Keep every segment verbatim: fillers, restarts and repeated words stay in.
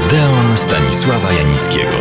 Odeon Stanisława Janickiego.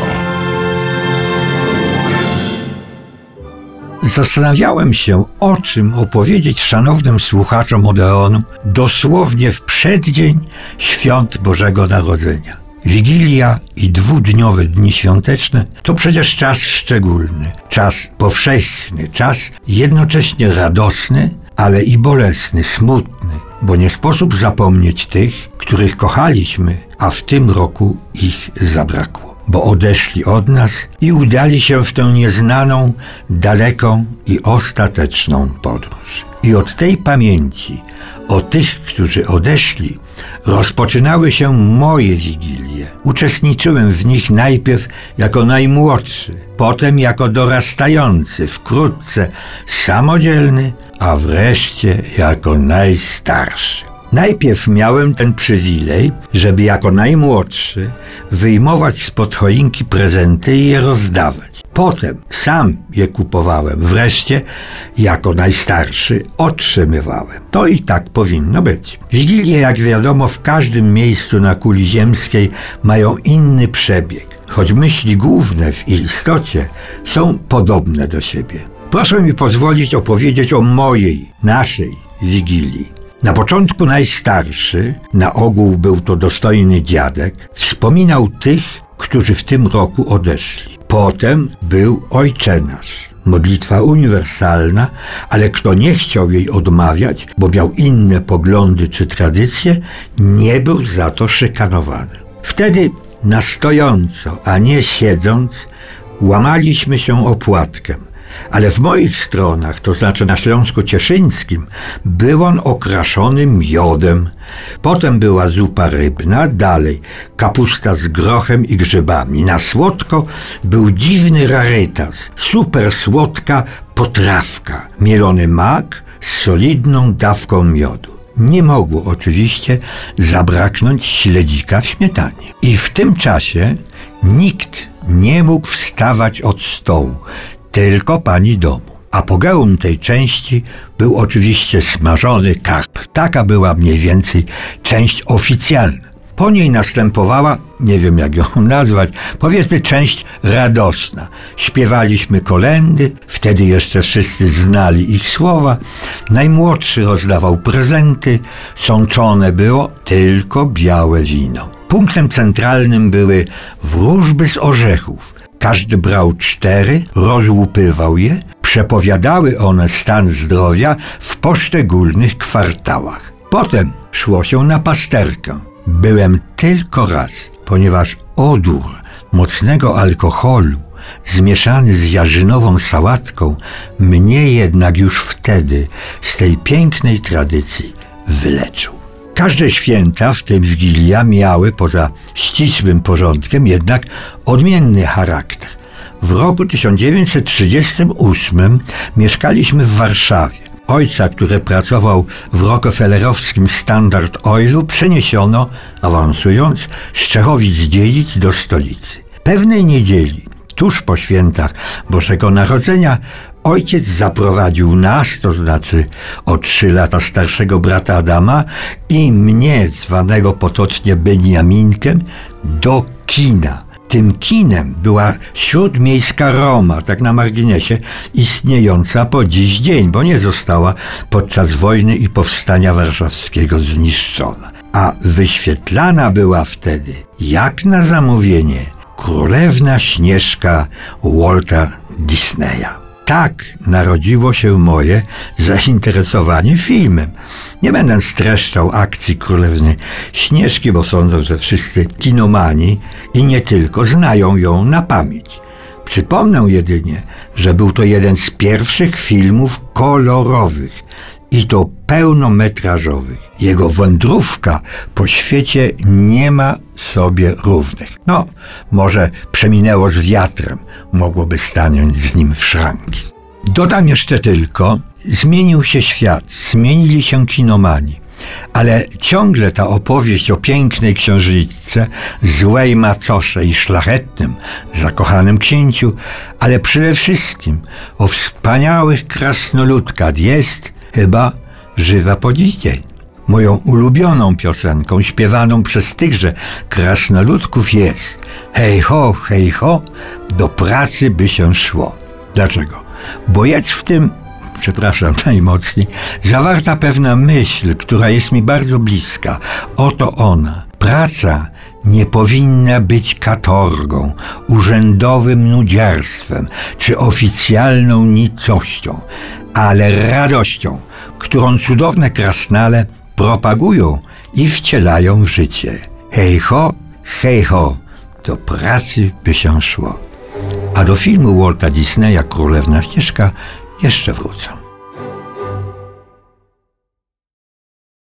Zastanawiałem się, o czym opowiedzieć szanownym słuchaczom Odeonu dosłownie w przeddzień świąt Bożego Narodzenia. Wigilia i dwudniowe dni świąteczne to przecież czas szczególny, czas powszechny, czas jednocześnie radosny, ale i bolesny, smutny, bo nie sposób zapomnieć tych, których kochaliśmy, a w tym roku ich zabrakło, bo odeszli od nas i udali się w tę nieznaną, daleką i ostateczną podróż. I od tej pamięci o tych, którzy odeszli, rozpoczynały się moje wigilie. Uczestniczyłem w nich najpierw jako najmłodszy, potem jako dorastający, wkrótce samodzielny, a wreszcie jako najstarszy. Najpierw miałem ten przywilej, żeby jako najmłodszy wyjmować spod choinki prezenty i je rozdawać. Potem sam je kupowałem. Wreszcie, jako najstarszy, otrzymywałem. To i tak powinno być. Wigilie, jak wiadomo, w każdym miejscu na kuli ziemskiej mają inny przebieg, choć myśli główne w ich istocie są podobne do siebie. Proszę mi pozwolić opowiedzieć o mojej, naszej Wigilii. Na początku najstarszy, na ogół był to dostojny dziadek, wspominał tych, którzy w tym roku odeszli. Potem był Ojcze Nasz, modlitwa uniwersalna, ale kto nie chciał jej odmawiać, bo miał inne poglądy czy tradycje, nie był za to szykanowany. Wtedy na stojąco, a nie siedząc, łamaliśmy się opłatkiem. Ale w moich stronach, to znaczy na Śląsku Cieszyńskim, był on okraszony miodem. Potem była zupa rybna, dalej kapusta z grochem i grzybami. Na słodko był dziwny rarytas, super słodka potrawka, mielony mak z solidną dawką miodu. Nie mogło oczywiście zabraknąć śledzika w śmietanie. I w tym czasie nikt nie mógł wstawać od stołu, tylko pani domu. Apogeum tej części był oczywiście smażony karp. Taka była mniej więcej część oficjalna. Po niej następowała, nie wiem jak ją nazwać, powiedzmy część radosna. Śpiewaliśmy kolędy, wtedy jeszcze wszyscy znali ich słowa. Najmłodszy rozdawał prezenty, sączone było tylko białe wino. Punktem centralnym były wróżby z orzechów. Każdy brał cztery, rozłupywał je, przepowiadały one stan zdrowia w poszczególnych kwartałach. Potem szło się na pasterkę. Byłem tylko raz, ponieważ odór mocnego alkoholu zmieszany z jarzynową sałatką mnie jednak już wtedy z tej pięknej tradycji wyleczył. Każde święta, w tym Wigilia, miały poza ścisłym porządkiem jednak odmienny charakter. W roku tysiąc dziewięćset trzydziestym ósmym mieszkaliśmy w Warszawie. Ojca, który pracował w rockefellerowskim Standard Oilu, przeniesiono, awansując, z Czechowic-Dziedzic do stolicy. Pewnej niedzieli, tuż po świętach Bożego Narodzenia, ojciec zaprowadził nas, to znaczy o trzy lata starszego brata Adama i mnie, zwanego potocznie Beniaminkiem, do kina. Tym kinem była śródmiejska Roma, tak na marginesie, istniejąca po dziś dzień, bo nie została podczas wojny i powstania warszawskiego zniszczona. A wyświetlana była wtedy, jak na zamówienie, Królewna Śnieżka Walta Disneya. Tak narodziło się moje zainteresowanie filmem. Nie będę streszczał akcji Królewny Śnieżki, bo sądzę, że wszyscy kinomani i nie tylko znają ją na pamięć. Przypomnę jedynie, że był to jeden z pierwszych filmów kolorowych i to pełnometrażowych. Jego wędrówka po świecie nie ma sobie równych. No, może przeminęło z wiatrem, mogłoby stanąć z nim w szranki. Dodam jeszcze tylko, zmienił się świat, zmienili się kinomani, ale ciągle ta opowieść o pięknej księżniczce, złej macosze i szlachetnym, zakochanym księciu, ale przede wszystkim o wspaniałych krasnoludkach jest chyba żywa po dziś dzień. Moją ulubioną piosenką, śpiewaną przez tychże krasnoludków jest: hej ho, hej ho, do pracy by się szło. Dlaczego? Bo jest w tym, przepraszam najmocniej, zawarta pewna myśl, która jest mi bardzo bliska. Oto ona. Praca nie powinna być katorgą, urzędowym nudziarstwem czy oficjalną nicością, ale radością, którą cudowne krasnale propagują i wcielają w życie. Hej ho, hej ho, do pracy by się szło. A do filmu Walta Disneya Królewna Śnieżka jeszcze wrócę.